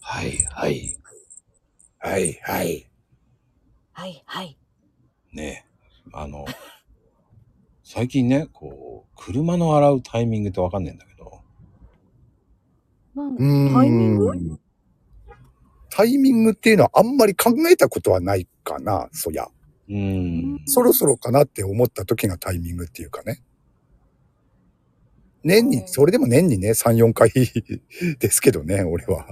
はいはい。はいはい。 はいはい。 ねえ、最近ね、こう、車の洗うタイミングってわかんないんだけど。 タイミング？ タイミングっていうのはあんまり考えたことはないかな、そりゃ。そろそろかなって思った時がタイミングっていうかね。それでも年にね、3、4回ですけどね、俺は。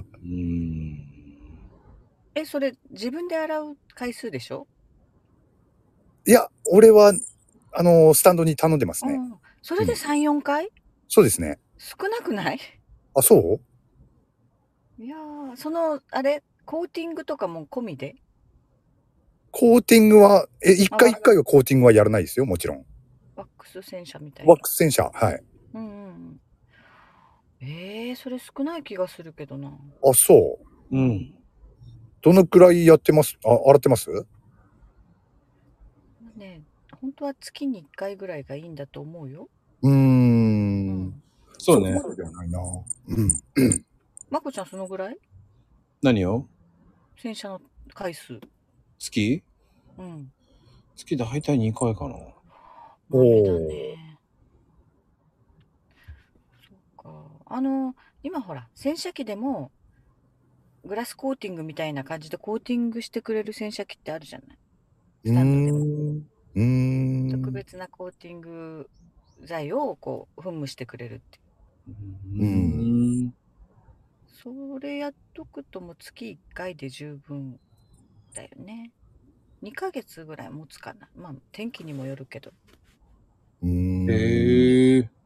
それ自分で洗う回数でしょ？ いや、俺は、スタンドに頼んでますね。 それで3、4回？ そうですね。 少なくない？ あ、そう？ いやー、コーティングとかも込みで？ コーティングは、一回一回はコーティングはやらないですよ、もちろん。 ワックス洗車みたいな。 ワックス洗車、はい。 それ少ない気がするけどな。 あ、そう。どのくらいやってます？洗ってます？ ね、本当は月に1回ぐらいがいいんだと思うよ。 そうね。 そうではないな。 まこちゃんそのぐらい？ 何を？ 洗車の回数。 月？月大体2回かな。 豆だね。そうか。今ほら、洗車機でも、グラスコーティングみたいな感じでコーティングしてくれる洗車機ってあるじゃない。スタンドでも。特別なコーティング剤をこう、噴霧してくれるって。それやっとくともう月1回で十分だよね。2ヶ月ぐらい持つかな。まあ、天気にもよるけど。 へえ。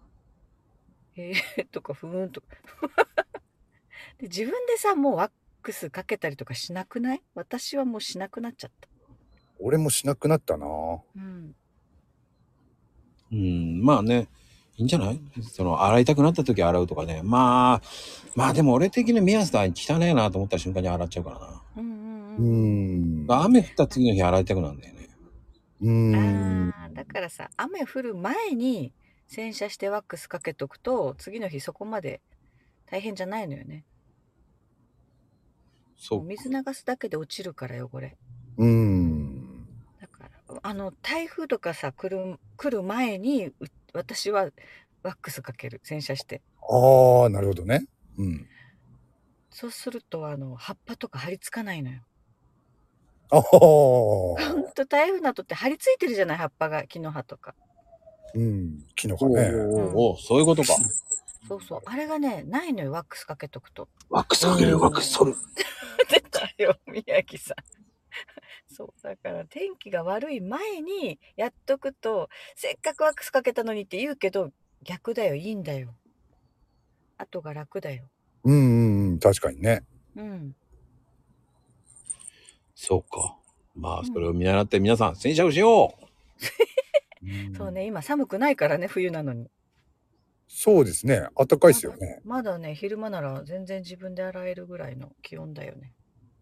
とか、ふーんとか。で自分でさ、もうワックスかけたりとかしなくない？私はもうしなくなっちゃった。 俺もしなくなったな。 まあね、いいんじゃない？洗いたくなった時洗うとかね。まあでも俺的な目安だ、汚ねえなと思った瞬間に洗っちゃうからな。雨降った次の日洗いたくなるんだよね。 だからさ、雨降る前に洗車してワックスかけとくと、次の日そこまで大変じゃないのよね。そう。水流すだけで落ちるから汚れ。だから、台風とかさ、来る前に、私はワックスかける。洗車して。 ああ、なるほどね。 そうすると、葉っぱとか張り付かないのよ。 ほんと台風の後って張り付いてるじゃない、葉っぱが、木の葉とか。 木の葉ね。 そういうことか。 そうそう。あれがね、ないのよ、ワックスかけとくと。 ワックスかける、ワックス取る。 出たよ、宮城さん。そう、だから天気が悪い前にやっとくと、せっかくワックスかけたのにって言うけど、逆だよ、いいんだよ。後が楽だよ。 確かにね。 そうか。まあ、それを見習って皆さん、洗車をしよう。そうね、今寒くないからね、冬なのに。 そうですね。暖かいですよね。 まだね、昼間なら全然自分で洗えるぐらいの気温だよね。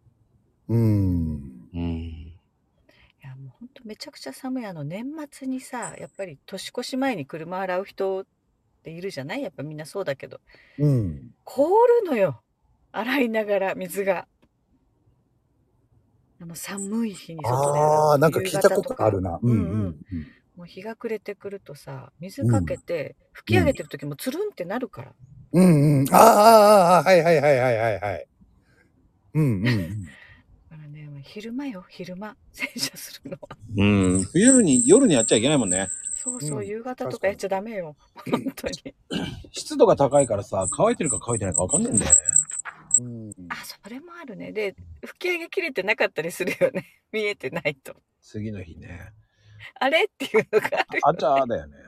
いや、もうほんとめちゃくちゃ寒い。年末にさ、やっぱり年越し前に車洗う人っているじゃない？やっぱみんなそうだけど。凍るのよ。洗いながら水が。寒い日に外で洗う。 なんか聞いたことあるな。 もう日が暮れてくるとさ、水かけて、吹き上げてる時もつるんってなるから。 はいはいはいはいはいはい。 だからね、昼間よ、昼間。洗車するのは。 夜にやっちゃいけないもんね。 そうそう、夕方とかやっちゃダメよ。本当に。 湿度が高いからさ、乾いてるか乾いてないかわかんないんだよね。 それもあるね。で、吹き上げ切れてなかったりするよね。見えてないと。 次の日ね。 あれっていうのがあるよね。 あちゃーだよね。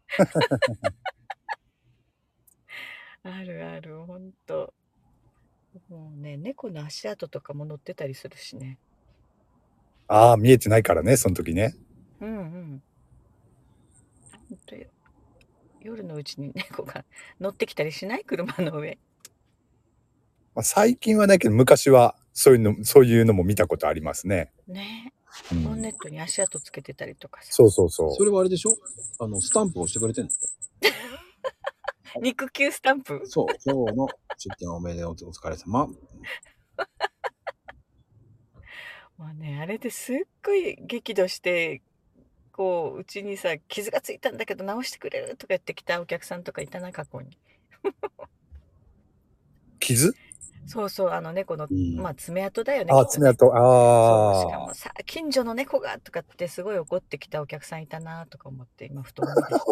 あるある、ほんと。もうね、猫の足跡とかも乗ってたりするしね。 見えてないからね、その時ね。 ほんとよ。夜のうちに猫が乗ってきたりしない？車の上。 最近はないけど、昔はそういうのも見たことありますね。 ね。ボンネットに足跡つけてたりとかさ。 そうそうそう。 それはあれでしょ？スタンプを押してくれてんの？ 肉球スタンプ。 そう、今日の出勤おめでとう、お疲れ様。 まあね、あれですっごい激怒して、こう、うちにさ、傷がついたんだけど直してくれるとか言ってきたお客さんとかいたな、過去に。 傷？ そうそう、猫の、まあ、爪痕だよね。 あ、爪痕。 そう、しああ。 かもさ、近所の猫がとかってすごい怒ってきたお客さんいたなとか思って、今ふと思い出した。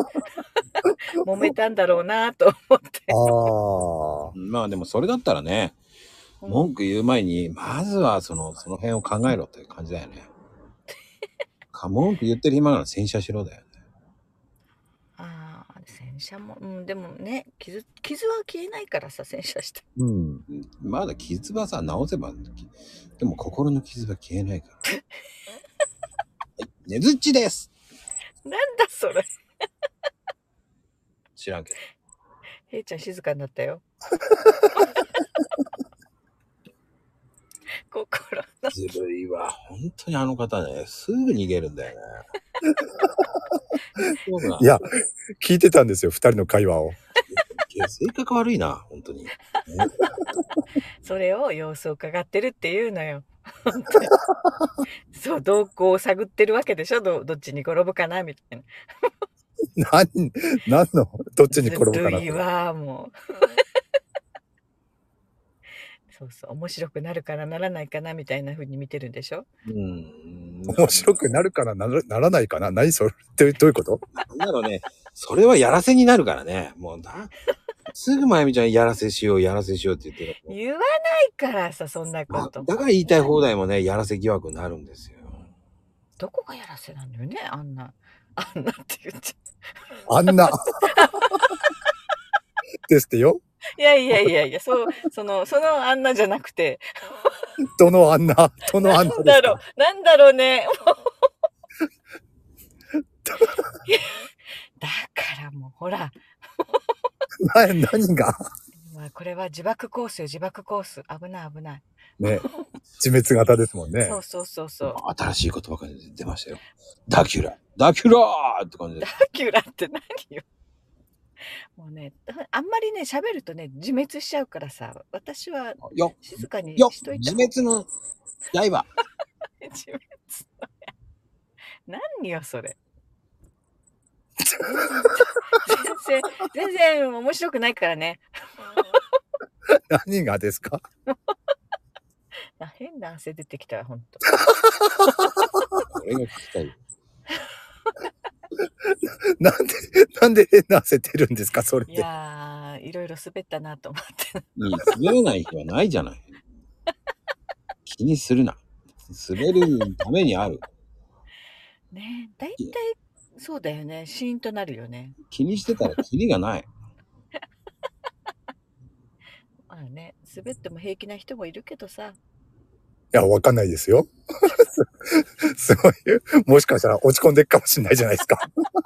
揉めたんだろうなと思って。 ああ。 まあでもそれだったらね、文句言う前に、まずはその辺を考えろという感じだよね。文句言ってる暇なら洗車しろだよね。 ああ、洗車も、でもね、傷は消えないからさ、洗車して。 まだ傷はさ、直せば、でも心の傷は消えないから。はい、ねずっちです。 なんだそれ。 知らんけど。 へいちゃん静かになったよ。心の。 ずるいわ。本当にあの方ね、すぐ逃げるんだよね。 いや、聞いてたんですよ、二人の会話を。 性格悪いな、本当に。 それを様子を伺ってるっていうのよ。そう、動向を探ってるわけでしょ。どっちに転ぶかなみたいな。 何のどっちに転ぶかな。 ずるいわ、もう。そうそう、面白くなるからならないかなみたいな風に見てるんでしょ。 面白くなるからならないかな。何それってどういうこと？ なんだろうね。それはやらせになるからね。もうすぐまゆみちゃんやらせしようって言ってる。 言わないからさ、そんなこと。 だから言いたい放題もね、やらせ疑惑になるんですよ。 どこがやらせなのよね、あんなって言っちゃう。あんな。ですってよ。 いや、そのあんなじゃなくて。 どのあんななんだろうね。だからもう、ほら。 何が？ まあ、これは自爆コース。危ない。 ね。自滅型ですもんね。 そう。 新しい言葉が出ましたよ。ダキュラーって感じで。 ダキュラって何よ。もうね、あんまりね、喋るとね、自滅しちゃうからさ、私は静かにしといた。 自滅の刃。 自滅の刃。何よ、それ。全然面白くないからね。 何がですか？ 変な汗出てきたわ、ほんと。 これが聞きたい。 なんで変な汗出るんですか、それって。 いやー、いろいろ滑ったなと思って。 滑らない日はないじゃない。気にするな。滑るためにある。 ねえ、だいたいそうだよね。シーンとなるよね。 気にしてたらキリがない。 まあね、滑っても平気な人もいるけどさ。 いや、わかんないですよ。すごい。もしかしたら落ち込んでいくかもしれないじゃないですか。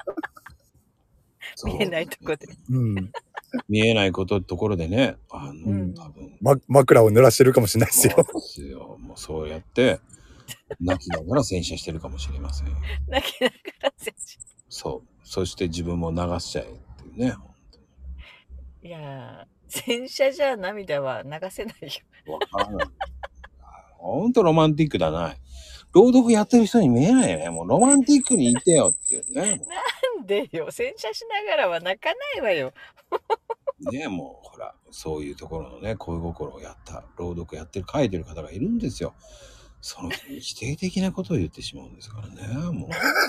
見えないとこで。 見えないところでね。多分。 枕を濡らしてるかもしれないですよ。 そうですよ。もうそうやって、泣きながら洗車してるかもしれません。 泣きながら洗車。 そう。そして自分も流しちゃえっていうね。 いやー、洗車じゃ涙は流せないよ。 わからない。ほんとロマンティックだな。朗読やってる人に見えないよね。もうロマンティックにいてよっていうね。 なんでよ。洗車しながらは泣かないわよ。 ね、もうほら、そういうところのね、恋心をやった、朗読やってる、書いてる方がいるんですよ。その人に否定的なことを言ってしまうんですからね。もう。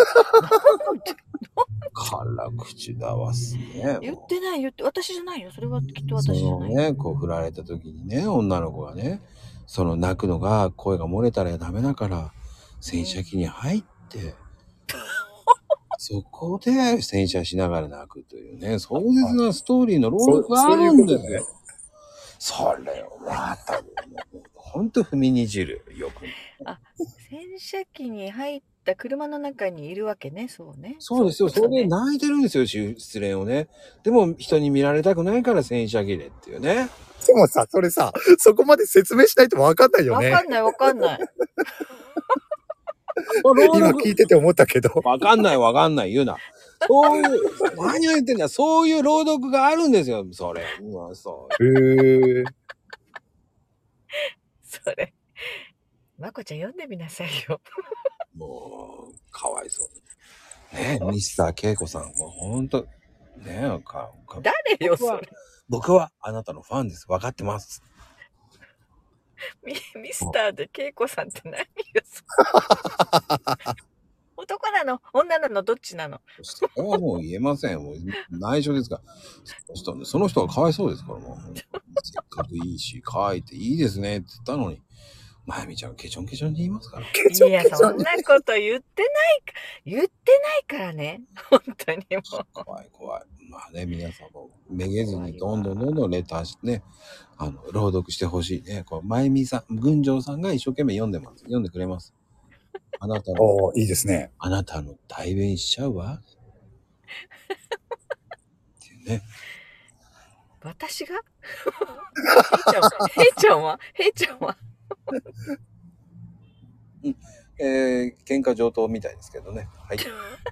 辛口だわすね。 言ってない、私じゃないよ。それはきっと私じゃない。 そのね、こう振られた時にね、女の子がね、その泣くのが声が漏れたらダメだから、洗車機に入って、そこで洗車しながら泣くというね、壮絶なストーリーの朗読があるんですよ。それをまた、ほんと踏みにじる。よく。 洗車機に入った車の中にいるわけね、そうね。 そうですよ。それで泣いてるんですよ、失恋をね。でも人に見られたくないから洗車機でっていうね。 でもさ、それさ、そこまで説明しないとわかんないよね。 わかんない。 今聞いてて思ったけど。 わかんない、言うな。そういう、何を言ってんだ、そういう朗読があるんですよ、それ。そう。 それ。まこちゃん読んでみなさいよ。 もう、かわいそうね。ミスター恵子さん、もうほんと、ねえ、 誰よ、それ。 僕はあなたのファンです。分かってます。 ミスターで恵子さんって何よ、男なの女なのどっちなの？ それはもう言えません。もう内緒ですから。その人がかわいそうですから、もう。せっかくいいし、可愛いっていいですねって言ったのに、まゆみちゃんケチョンケチョンで言いますから。 いや、そんなこと言ってないからね。本当にもう。 怖い。まあね、皆さんもめげずにどんどんレターしてね、朗読してほしいね。まゆみさん、群青さんが一生懸命読んでくれます。あなたの、 いいですね。 あなたの代弁しちゃうわ。っていうね。 私がヘイちゃんは喧嘩上等みたいですけどね。はい。